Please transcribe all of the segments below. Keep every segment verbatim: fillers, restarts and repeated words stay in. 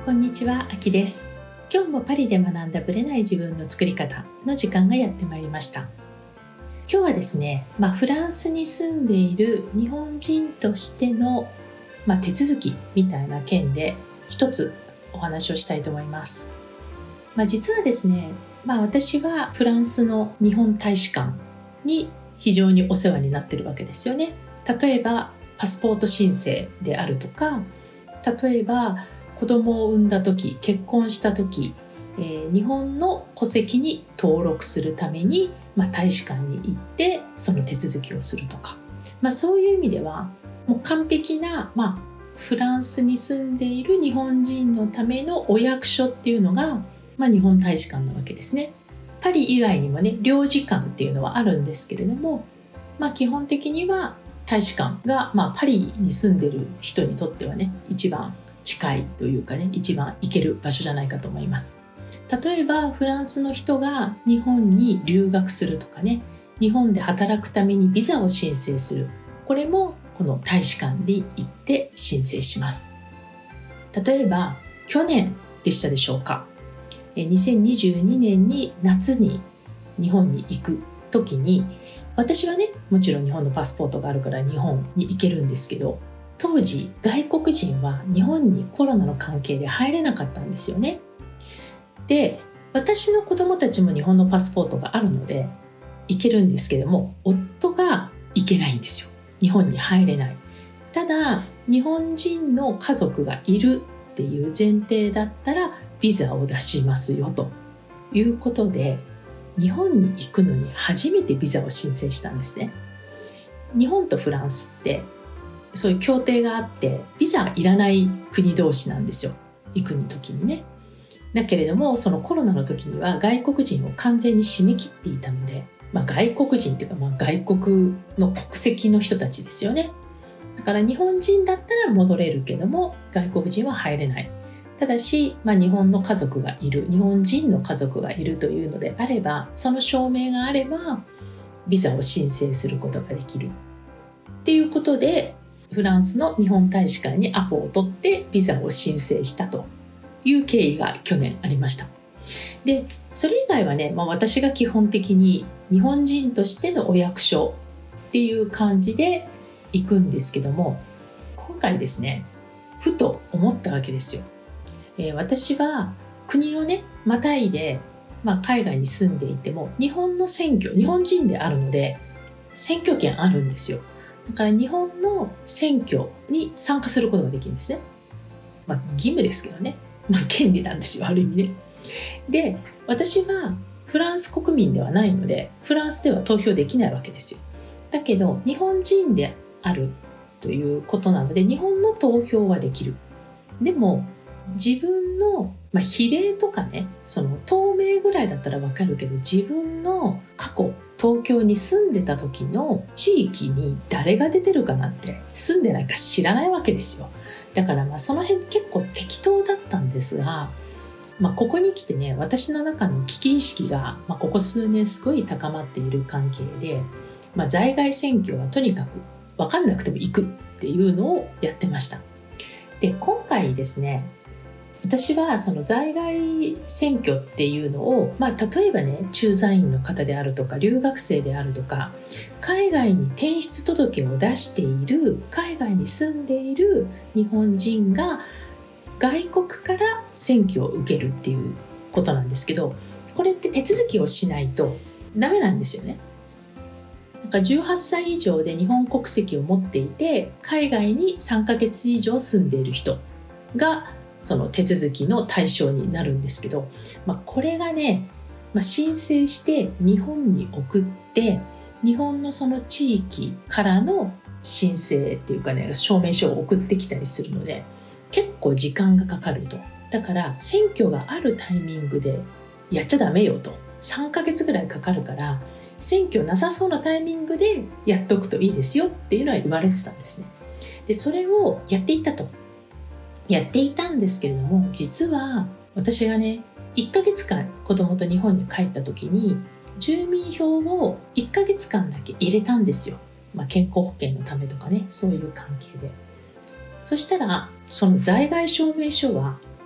こんにちは、あきです。今日もパリで学んだブレない自分の作り方の時間がやってまいりました。今日はですね、まあ、フランスに住んでいる日本人としての、まあ、手続きみたいな件で一つお話をしたいと思います。まあ、実はですね、まあ、私はフランスの日本大使館に非常にお世話になっているわけですよね。例えばパスポート申請であるとか、例えば子供を産んだ時、結婚した時、えー、日本の戸籍に登録するために、まあ、大使館に行ってその手続きをするとか、まあ、そういう意味ではもう完璧な、まあ、フランスに住んでいる日本人のためのお役所っていうのが、まあ、日本大使館なわけですね。パリ以外にもね、領事館っていうのはあるんですけれども、まあ、基本的には大使館が、まあ、パリに住んでる人にとってはね、一番近いというかね、一番行ける場所じゃないかと思います。例えばフランスの人が日本に留学するとかね、日本で働くためにビザを申請する、これもこの大使館に行って申請します。例えば去年でしたでしょうか、にせんにじゅうにねんに夏に日本に行く時に、私はね、もちろん日本のパスポートがあるから日本に行けるんですけど、当時外国人は日本にコロナの関係で入れなかったんですよね。で、私の子供たちも日本のパスポートがあるので行けるんですけども、夫が行けないんですよ。日本に入れない。ただ日本人の家族がいるっていう前提だったらビザを出しますよということで、日本に行くのに初めてビザを申請したんですね。日本とフランスってそういう協定があって、ビザがいらない国同士なんですよ、行く時にね。だけれども、そのコロナの時には外国人を完全に締め切っていたので、まあ、外国人っていうか、まあ、外国の国籍の人たちですよね。だから日本人だったら戻れるけども外国人は入れない。ただし、まあ、日本の家族がいる、日本人の家族がいるというのであれば、その証明があればビザを申請することができるっていうことで、フランスの日本大使館にアポを取ってビザを申請したという経緯が去年ありました。で、それ以外はね、まあ、私が基本的に日本人としてのお役所っていう感じで行くんですけども、今回ですね、ふと思ったわけですよ。えー、私は国をねまたいで、まあ、海外に住んでいても日本の選挙、日本人であるので選挙権あるんですよ。だから日本の選挙に参加することができるんですね。まあ、義務ですけどね、まあ、権利なんですよ、ある意味ね。で、私はフランス国民ではないのでフランスでは投票できないわけですよ。だけど日本人であるということなので日本の投票はできる。でも自分の、まあ、比例とかね、その透明ぐらいだったらわかるけど、自分の過去東京に住んでた時の地域に誰が出てるかなんて住んでないか知らないわけですよ。だからまあその辺結構適当だったんですが、まあ、ここに来てね、私の中の危機意識が、まあ、ここ数年すごい高まっている関係で、まあ、在外選挙はとにかく分かんなくても行くっていうのをやってました。で、今回ですね、私はその在外選挙っていうのを、まあ、例えばね、駐在員の方であるとか留学生であるとか、海外に転出届を出している、海外に住んでいる日本人が外国から選挙を受けるっていうことなんですけど、これって手続きをしないとダメなんですよね。だからじゅうはっさい以上で日本国籍を持っていて海外にさんかげつ以上住んでいる人がその手続きの対象になるんですけど、まあ、これがね、まあ、申請して日本に送って日本のその地域からの申請っていうかね、証明書を送ってきたりするので結構時間がかかると。だから選挙があるタイミングでやっちゃダメよと、さんかげつぐらいかかるから選挙なさそうなタイミングでやっとくといいですよっていうのは言われてたんですね。で、それをやっていたとやっていたんですけれども、実は私がねいっかげつかん子供と日本に帰った時に住民票をいっかげつかんだけ入れたんですよ。まあ、健康保険のためとかね、そういう関係で。そしたらその在外証明書は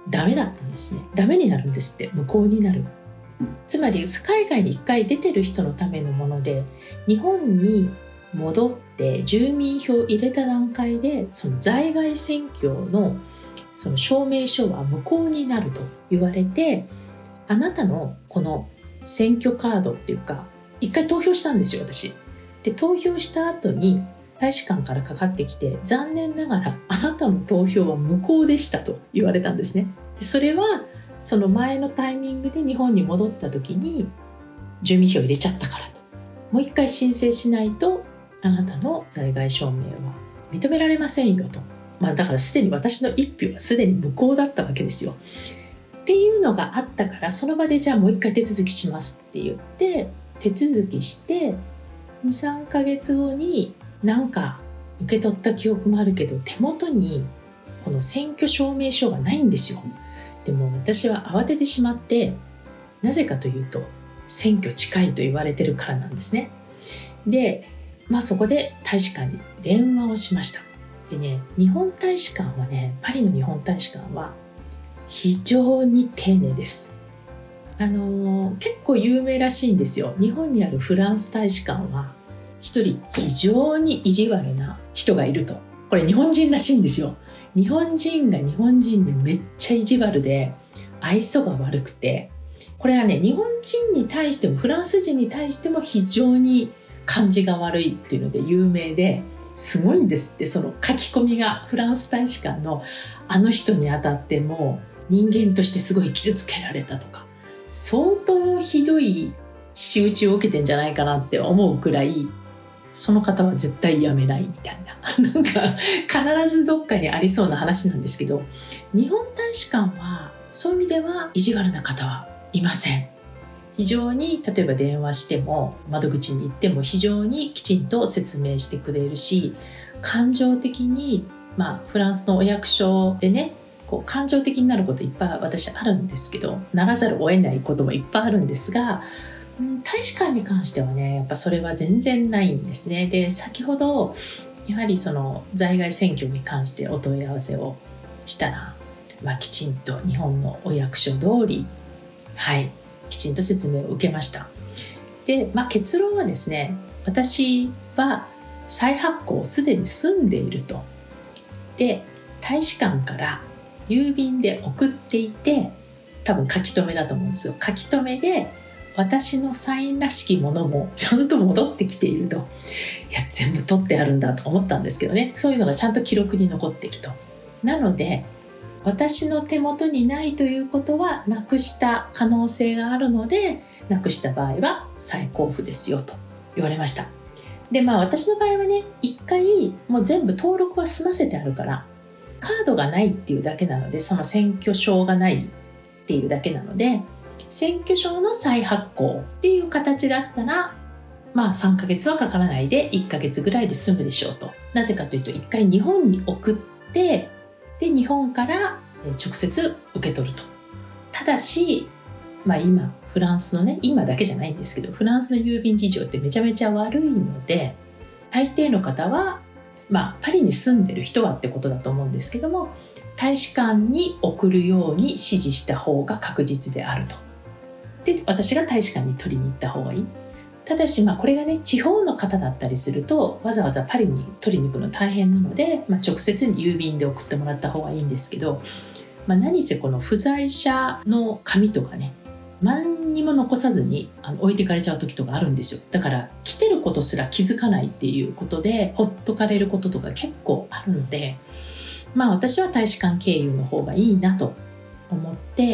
ダメだったんですね。ダメになるんですって。無効になる。つまり海外に一回出てる人のためのもので、日本に戻って住民票を入れた段階でその在外選挙のその証明書は無効になると言われて、あなたのこの選挙カードっていうか、一回投票したんですよ、私。で、投票した後に大使館からかかってきて、残念ながらあなたの投票は無効でしたと言われたんですね。で、それはその前のタイミングで日本に戻った時に住民票入れちゃったからと、もう一回申請しないとあなたの在外証明は認められませんよと。まあ、だからすでに私の一票はすでに無効だったわけですよっていうのがあったから、その場でじゃあもう一回手続きしますって言って手続きして、にさんかげつごになんか受け取った記憶もあるけど、手元にこの選挙証明書がないんですよ。でも私は慌ててしまって、なぜかというと選挙近いと言われてるからなんですね。で、まあ、そこで大使館に電話をしました。でね、日本大使館はね、パリの日本大使館は非常に丁寧です。あのー、結構有名らしいんですよ。日本にあるフランス大使館は一人非常に意地悪な人がいると。これ日本人らしいんですよ。日本人が日本人にめっちゃ意地悪で愛想が悪くて、これはね、日本人に対してもフランス人に対しても非常に感じが悪いっていうので有名で、すごいんですって。その書き込みがフランス大使館のあの人にあたっても人間としてすごい傷つけられたとか、相当ひどい仕打ちを受けてんじゃないかなって思うくらい、その方は絶対やめないみたいななんか必ずどっかにありそうな話なんですけど、日本大使館はそういう意味では意地悪な方はいません。非常に、例えば電話しても窓口に行っても非常にきちんと説明してくれるし、感情的に、まあフランスのお役所でね、こう感情的になることいっぱい私あるんですけど、ならざるを得ないこともいっぱいあるんですが、うん、大使館に関してはね、やっぱそれは全然ないんですね。で、先ほどやはりその在外選挙に関してお問い合わせをしたら、まあ、きちんと日本のお役所通り、はいきちんと説明を受けました。で、まあ、結論はですね、私は再発行をすでに済んでいると。で、大使館から郵便で送っていて、多分書き留めだと思うんですよ。書き留めで私のサインらしきものもちゃんと戻ってきていると。いや、全部取ってあるんだと思ったんですけどね、そういうのがちゃんと記録に残っていると。なので私の手元にないということはなくした可能性があるので、なくした場合は再交付ですよと言われました。で、まあ私の場合はね、一回もう全部登録は済ませてあるから、カードがないっていうだけなので、その選挙証がないっていうだけなので、選挙証の再発行っていう形だったら、まあさんかげつはかからないでいっかげつぐらいで済むでしょうと。なぜかというと、一回日本に送ってで日本から直接受け取ると。ただし、まあ、今フランスのね、今だけじゃないんですけど、フランスの郵便事情ってめちゃめちゃ悪いので、大抵の方は、まあ、パリに住んでる人はってことだと思うんですけども、大使館に送るように指示した方が確実であると。で、私が大使館に取りに行った方がいい。ただし、まあ、これがね、地方の方だったりするとわざわざパリに取りに行くの大変なので、まあ、直接に郵便で送ってもらった方がいいんですけど、まあ、何せこの不在者の紙とかね、何にも残さずにあの置いてかれちゃう時とかあるんですよ。だから来てることすら気づかないっていうことでほっとかれることとか結構あるので、まあ私は大使館経由の方がいいなと思って、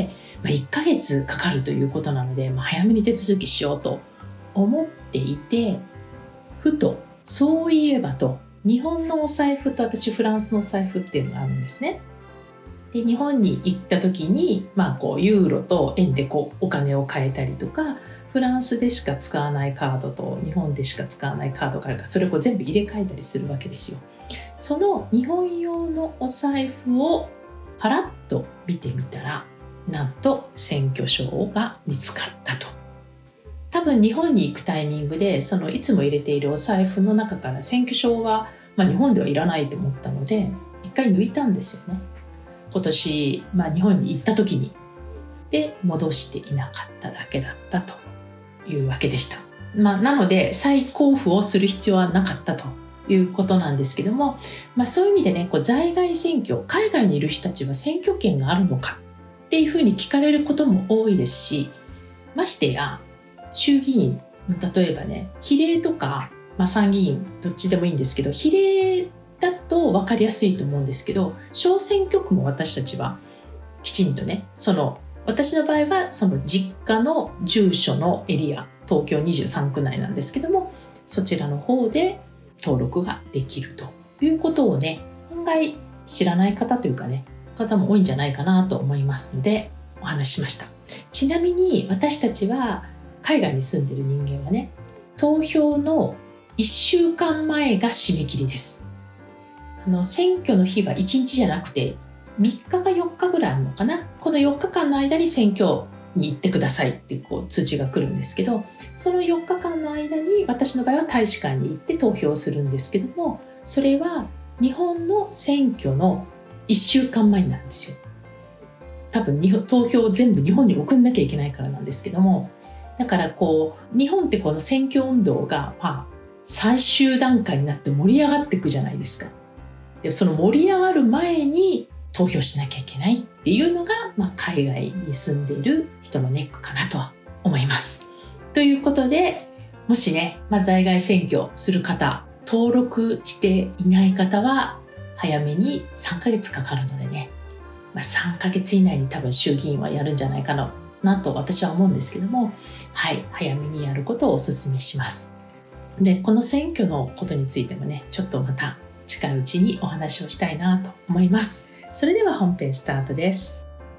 まあ、いっかげつかかるということなので、まあ、早めに手続きしようと思っていて、ふとそういえばと、日本のお財布と私フランスのお財布っていうのがあるんですね。で、日本に行った時に、まあ、こうユーロと円でこうお金を変えたりとか、フランスでしか使わないカードと日本でしか使わないカードがあるから、それをこう全部入れ替えたりするわけですよ。その日本用のお財布をパラッと見てみたら、なんと選挙証が見つかったと。多分日本に行くタイミングで、そのいつも入れているお財布の中から選挙証は、まあ、日本ではいらないと思ったので一回抜いたんですよね。 今年、まあ、日本に行った時にで戻していなかっただけだったというわけでした。まあ、なので再交付をする必要はなかったということなんですけども、まあ、そういう意味でね、こう在外選挙、海外にいる人たちは選挙権があるのかっていうふうに聞かれることも多いですし、ましてや衆議院の例えばね、比例とか、まあ、参議院どっちでもいいんですけど、比例だと分かりやすいと思うんですけど、小選挙区も私たちはきちんとね、その私の場合はその実家の住所のエリア、東京にじゅうさんく内なんですけども、そちらの方で登録ができるということをね、案外知らない方というかね、方も多いんじゃないかなと思いますのでお話ししました。ちなみに私たちは海外に住んでる人間はね、投票のいっしゅうかんまえが締め切りです。あの選挙の日はいちにちじゃなくてみっかかよっかぐらいあるのかな。このよっかかんの間に選挙に行ってくださいってこう通知が来るんですけど、そのよっかかんの間に私の場合は大使館に行って投票するんですけども、それは日本の選挙のいっしゅうかんまえなんですよ。多分日本投票を全部日本に送んなきゃいけないからなんですけども、だからこう日本ってこの選挙運動が、まあ、最終段階になって盛り上がっていくじゃないですか。でその盛り上がる前に投票しなきゃいけないっていうのが、まあ、海外に住んでいる人のネックかなとは思います。ということで、もしね、まあ、在外選挙する方、登録していない方は早めにさんかげつかかるのでね、まあ、さんかげつ以内に多分衆議院はやるんじゃないかな、なと私は思うんですけども、はい、早めにやることをお勧めします。で、この選挙のことについてもね、ちょっとまた近いうちにお話をしたいなと思います。それでは本編スタートです。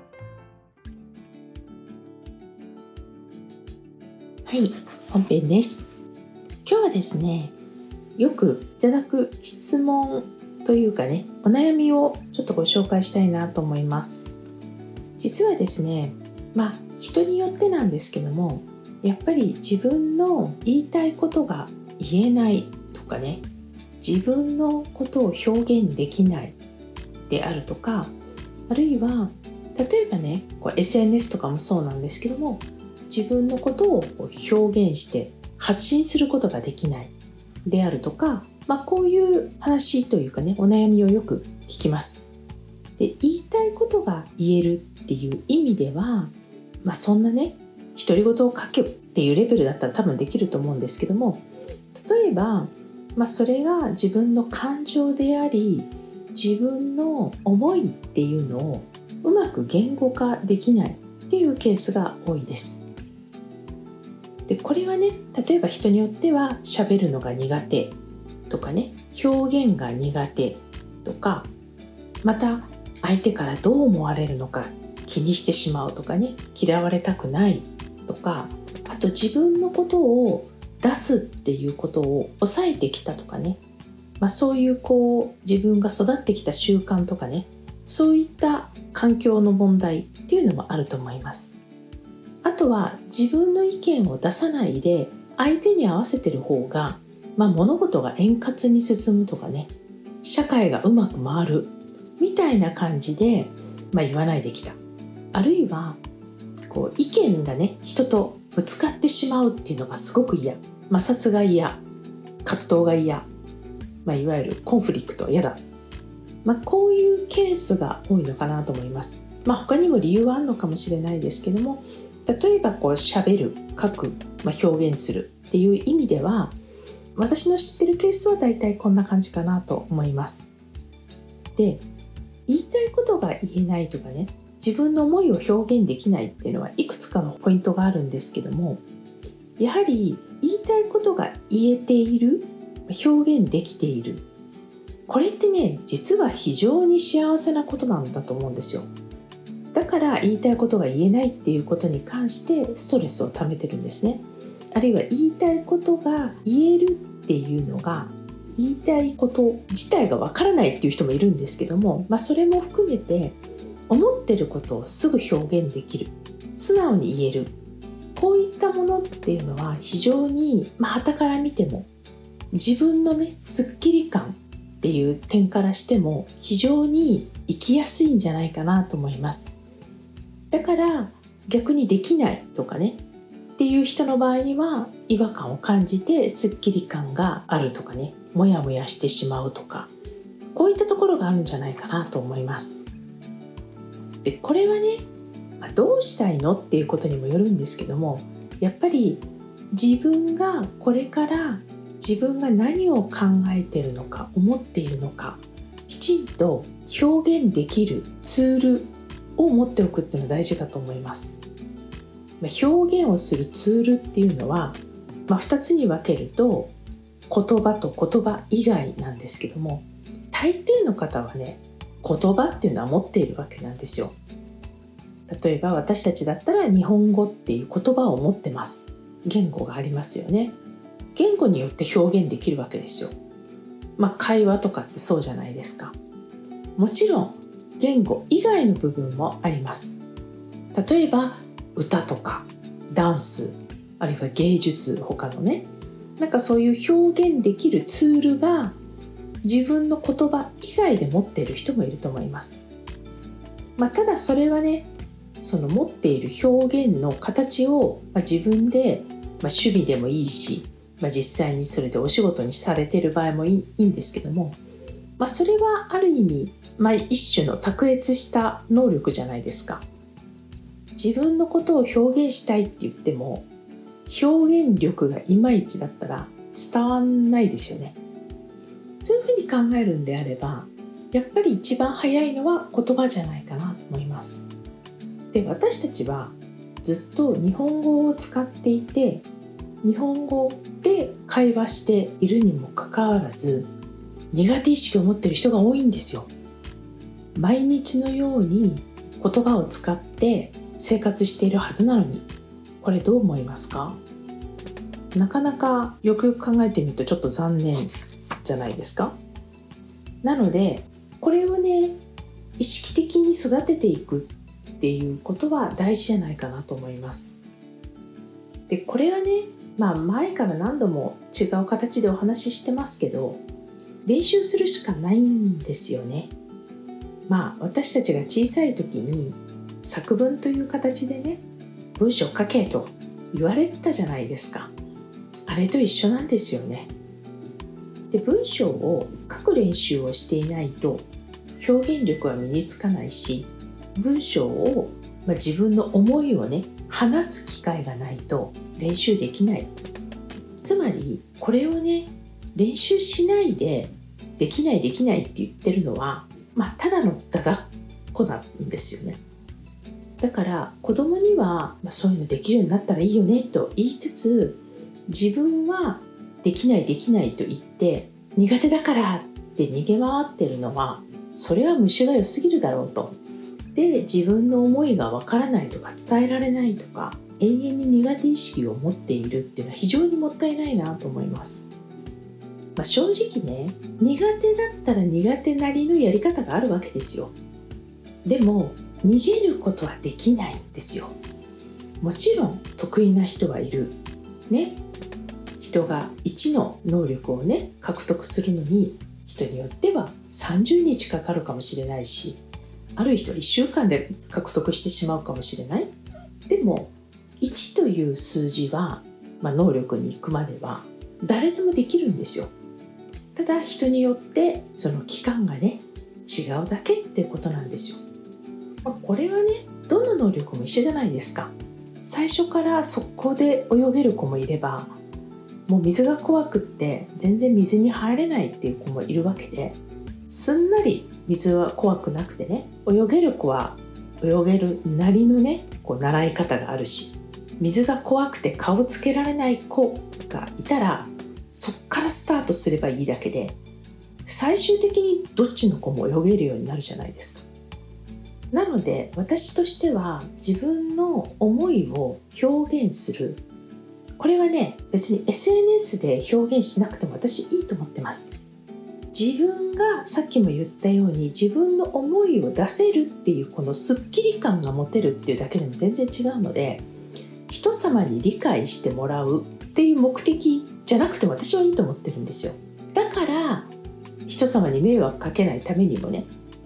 はい、本編です。今日はですね、よくいただく質問というかね、お悩みをちょっとご紹介したいなと思います。実はですね、まあ人によってなんですけども、やっぱり自分の言いたいことが言えないとかね、自分のことを表現できないであるとか、あるいは例えばね、こう エスエヌエス とかもそうなんですけども、自分のことを表現して発信することができないであるとか、まあ、こういう話というかね、お悩みをよく聞きます。で、言いたいことが言えるっていう意味では、まあ、そんなね、独り言を書けっていうレベルだったら多分できると思うんですけども、例えばまあ、それが自分の感情であり、自分の思いっていうのをうまく言語化できないっていうケースが多いです。で、これはね、例えば人によっては喋るのが苦手とかね、表現が苦手とか、また相手からどう思われるのか気にしてしまうとかね、嫌われたくないとか、あと自分のことを出すっていうことを抑えてきたとかね、まあ、そういうこう自分が育ってきた習慣とかね、そういった環境の問題っていうのもあると思います。あとは自分の意見を出さないで相手に合わせてる方が、まあ、物事が円滑に進むとかね、社会がうまく回るみたいな感じで、まあ、言わないできた。あるいはこう意見がね、人とぶつかってしまうっていうのがすごく嫌、摩擦が嫌、葛藤が嫌、まあ、いわゆるコンフリクト嫌だ、まあ、こういうケースが多いのかなと思います。まあ、他にも理由はあるのかもしれないですけども、例えばこう喋る、書く、まあ、表現するっていう意味では、私の知ってるケースはだいたいこんな感じかなと思います。で、言いたいことが言えないとかね、自分の思いを表現できないっていうのはいくつかのポイントがあるんですけども、やはり言いたいことが言えている、表現できている、これってね、実は非常に幸せなことなんだと思うんですよ。だから言いたいことが言えないっていうことに関してストレスを溜めてるんですね。あるいは言いたいことが言えるっていうのが、言いたいこと自体がわからないっていう人もいるんですけども、まあ、それも含めて思ってることをすぐ表現できる、素直に言える、こういったものっていうのは非常に、まあ、傍から見ても自分のね、すっきり感っていう点からしても非常に生きやすいんじゃないかなと思います。だから逆にできないとかねっていう人の場合には違和感を感じてスッキリ感があるとかね、もやもやしてしまうとか、こういったところがあるんじゃないかなと思います。でこれはね、どうしたいのっていうことにもよるんですけども、やっぱり自分がこれから自分が何を考えているのか思っているのかきちんと表現できるツールを持っておくっていうのは大事かと思います。表現をするツールっていうのは、まあ、ふたつに分けると言葉と言葉以外なんですけども、大抵の方はね、言葉っていうのは持っているわけなんですよ。例えば私たちだったら日本語っていう言葉を持ってます。言語がありますよね。言語によって表現できるわけですよ。まあ会話とかってそうじゃないですか。もちろん言語以外の部分もあります。例えば歌とかダンス、あるいは芸術、他のね、なんかそういう表現できるツールが自分の言葉以外で持っている人もいると思います。まあ、ただそれはね、その持っている表現の形を、まあ、自分で、まあ、趣味でもいいし、まあ、実際にそれでお仕事にされている場合もいい、いいんですけども、まあ、それはある意味、まあ、一種の卓越した能力じゃないですか。自分のことを表現したいって言っても表現力がいまいちだったら伝わんないですよね。そういうふうに考えるんであれば、やっぱり一番早いのは言葉じゃないかなと思います。で、私たちはずっと日本語を使っていて、日本語で会話しているにもかかわらず苦手意識を持っている人が多いんですよ。毎日のように言葉を使って生活しているはずなのに、これどう思いますか？なかなかよくよく考えてみるとちょっと残念じゃないですか。なのでこれをね、意識的に育てていくっていうことは大事じゃないかなと思います。でこれはね、まあ前から何度も違う形でお話ししてますけど、練習するしかないんですよね。まあ私たちが小さい時に作文という形でね、文章書けと言われてたじゃないですか。あれと一緒なんですよね。で文章を書く練習をしていないと表現力は身につかないし、文章を、まあ、自分の思いをね話す機会がないと練習できない。つまりこれをね、練習しないでできないできないって言ってるのは、まあ、ただのだだっこなんですよね。だから子供には、まあ、そういうのできるようになったらいいよねと言いつつ、自分はできないできないと言って苦手だからって逃げ回ってるのは、それは虫が良すぎるだろうと。で自分の思いがわからないとか伝えられないとか永遠に苦手意識を持っているっていうのは非常にもったいないなと思います。まあ、正直ね、苦手だったら苦手なりのやり方があるわけですよ。でも逃げることはできないんですよ。もちろん得意な人はいるね。人がいちの能力をね獲得するのに人によってはさんじゅうにちかかるかもしれないし、ある人はいっしゅうかんで獲得してしまうかもしれない。でもいちという数字は、まあ、能力に行くまでは誰でもできるんですよ。ただ人によってその期間がね違うだけっていうことなんですよ。まあ、これはね、どの能力も一緒じゃないですか。最初から速攻で泳げる子もいれば、もう水が怖くって全然水に入れないっていう子もいるわけで、すんなり水は怖くなくてね、泳げる子は泳げるなりのねこう習い方があるし、水が怖くて顔つけられない子がいたらそっからスタートすればいいだけで、最終的にどっちの子も泳げるようになるじゃないですか。なので私としては自分の思いを表現する、これはね別に エスエヌエス で表現しなくても私いいと思ってます。自分がさっきも言ったように自分の思いを出せるっていうこのスッキリ感が持てるっていうだけでも全然違うので、人様に理解してもらうっていう目的じゃなくても私はいいと思ってるんですよ。だから人様に迷惑かけないためにもね、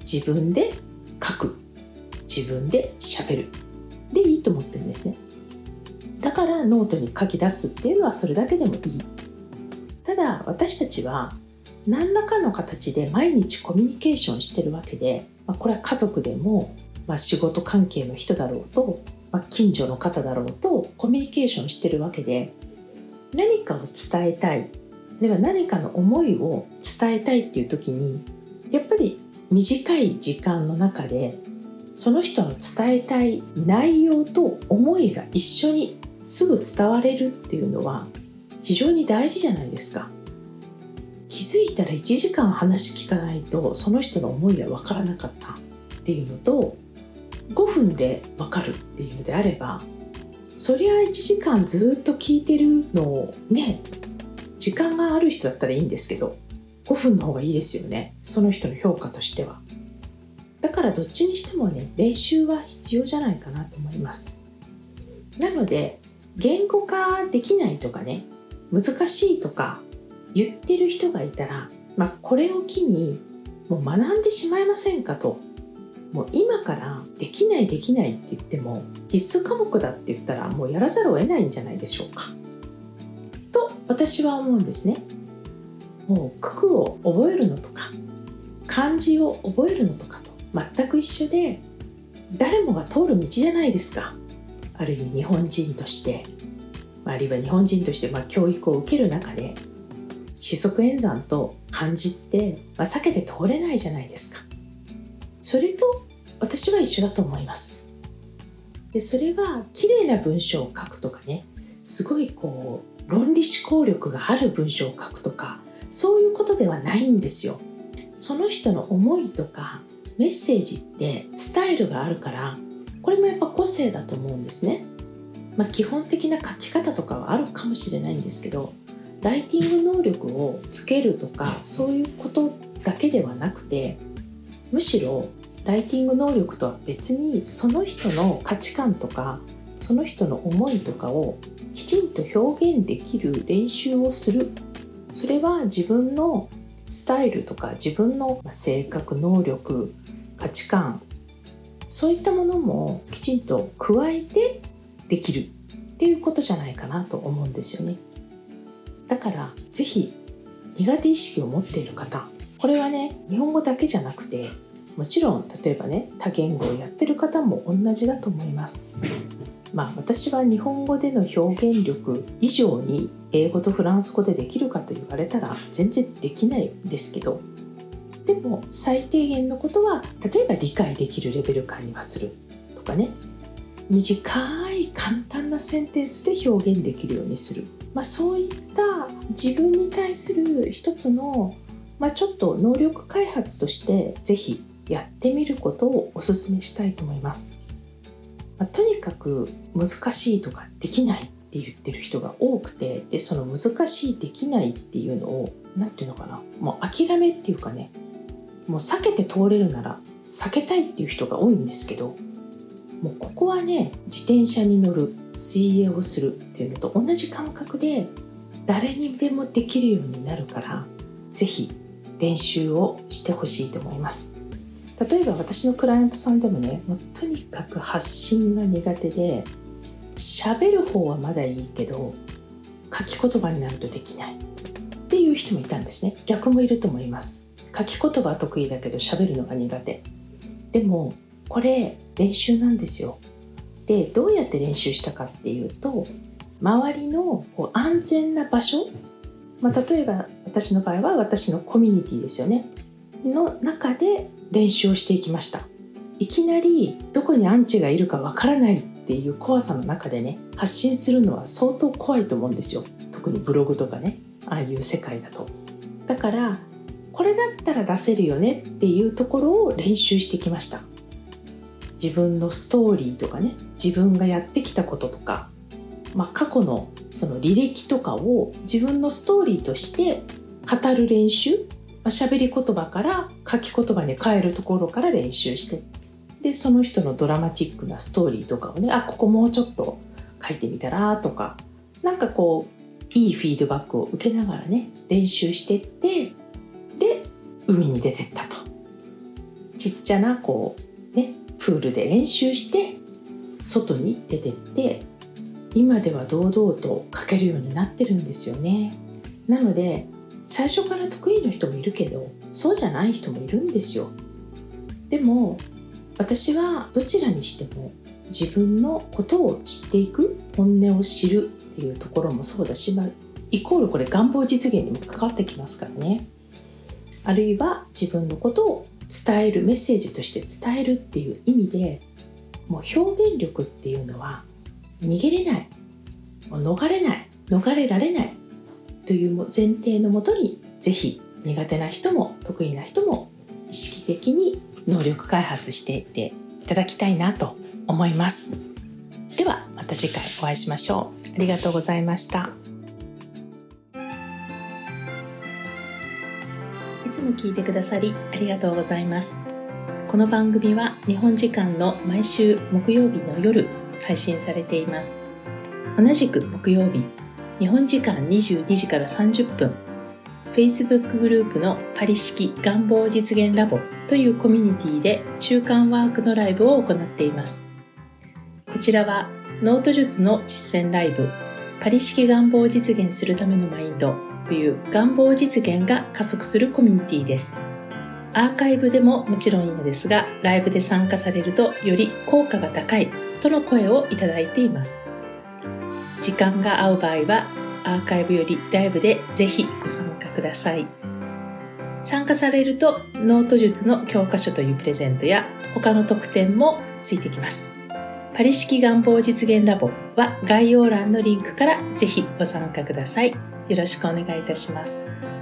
自分で書く、自分で喋るでいいと思ってるんですね。だからノートに書き出すっていうのはそれだけでもいい。ただ私たちは何らかの形で毎日コミュニケーションしてるわけで、まあ、これは家族でも、まあ、仕事関係の人だろうと、まあ、近所の方だろうとコミュニケーションしてるわけで、何かを伝えたい、では何かの思いを伝えたいっていう時に、やっぱり短い時間の中でその人の伝えたい内容と思いが一緒にすぐ伝われるっていうのは非常に大事じゃないですか。気づいたらいちじかん話聞かないとその人の思いは分からなかったっていうのと、ごふんで分かるっていうのであれば、そりゃいちじかんずっと聞いてるのをね、時間がある人だったらいいんですけど、ごふんの方がいいですよね、その人の評価としては。だからどっちにしてもね、練習は必要じゃないかなと思います。なので言語化できないとかね、難しいとか言ってる人がいたら、まあ、これを機にもう学んでしまいませんかと。もう今からできないできないって言っても必須科目だって言ったらもうやらざるを得ないんじゃないでしょうかと私は思うんですね。もう九九を覚えるのとか漢字を覚えるのとかと全く一緒で、誰もが通る道じゃないですか。ある意味日本人として、あるいは日本人としてまあ教育を受ける中で四則演算と漢字ってまあ避けて通れないじゃないですか。それと私は一緒だと思います。でそれが綺麗な文章を書くとかね、すごいこう論理思考力がある文章を書くとか、そういうことではないんですよ。その人の思いとかメッセージってスタイルがあるから、これもやっぱ個性だと思うんですね。まあ、基本的な書き方とかはあるかもしれないんですけど、ライティング能力をつけるとかそういうことだけではなくて、むしろライティング能力とは別にその人の価値観とかその人の思いとかをきちんと表現できる練習をする。それは自分のスタイルとか自分の性格、能力、価値観、そういったものもきちんと加えてできるっていうことじゃないかなと思うんですよね。だからぜひ苦手意識を持っている方、これはね、日本語だけじゃなくて、もちろん例えばね、多言語をやってる方も同じだと思います。まあ私は日本語での表現力以上に英語とフランス語でできるかと言われたら全然できないんですけど、でも最低限のことは例えば理解できるレベル感にはするとかね、短い簡単なセンテンスで表現できるようにする、まあ、そういった自分に対する一つの、まあ、ちょっと能力開発としてぜひやってみることをお勧めしたいと思います。まあ、とにかく難しいとかできないって言ってる人が多くて、でその難しいできないっていうのをなんていうのかな、もう諦めっていうかね、もう避けて通れるなら避けたいっていう人が多いんですけど、もうここはね、自転車に乗る、水泳をするっていうのと同じ感覚で誰にでもできるようになるから、ぜひ練習をしてほしいと思います。例えば私のクライアントさんでもね、もうとにかく発信が苦手で、喋る方はまだいいけど書き言葉になるとできないっていう人もいたんですね。逆もいると思います。書き言葉は得意だけど喋るのが苦手。でもこれ練習なんですよ。でどうやって練習したかっていうと、周りのこう安全な場所、まあ、例えば私の場合は私のコミュニティですよねの中で練習をしていきました。いきなりどこにアンチがいるかわからないっていう怖さの中でね、発信するのは相当怖いと思うんですよ。特にブログとかね、ああいう世界だと。だからこれだったら出せるよねっていうところを練習してきました。自分のストーリーとかね、自分がやってきたこととか、まあ、過去のその履歴とかを自分のストーリーとして語る練習、まあ、喋り言葉から書き言葉に変えるところから練習して、でその人のドラマチックなストーリーとかをね、あ、ここもうちょっと書いてみたらとか、なんかこういいフィードバックを受けながらね、練習していって、で海に出てったと。 ちっちゃなこうねプールで練習して外に出てって、今では堂々と書けるようになってるんですよね。なので最初から得意な人もいるけど、そうじゃない人もいるんですよ。でも私はどちらにしても自分のことを知っていく、本音を知るっていうところもそうだし、まあ、イコールこれ願望実現にも関わってきますからね。あるいは自分のことを伝える、メッセージとして伝えるっていう意味で、もう表現力っていうのは逃げれない、もう逃れない、逃れられないという前提のもとに、ぜひ苦手な人も得意な人も意識的に能力開発していっていただきたいなと思います。ではまた次回お会いしましょう。ありがとうございました。いつも聞いてくださりありがとうございます。この番組は日本時間の毎週木曜日の夜配信されています。同じく木曜日、日本時間にじゅうにじからさんじゅっぷん、Facebook グループのパリ式願望実現ラボというコミュニティで中間ワークのライブを行っています。こちらはノート術の実践ライブ、パリ式願望を実現するためのマインドという願望実現が加速するコミュニティです。アーカイブでももちろんいいのですが、ライブで参加されるとより効果が高いとの声をいただいています。時間が合う場合はアーカイブよりライブでぜひご参加ください。参加されるとノート術の教科書というプレゼントや他の特典もついてきます。パリ式願望実現ラボは概要欄のリンクからぜひご参加ください。よろしくお願いいたします。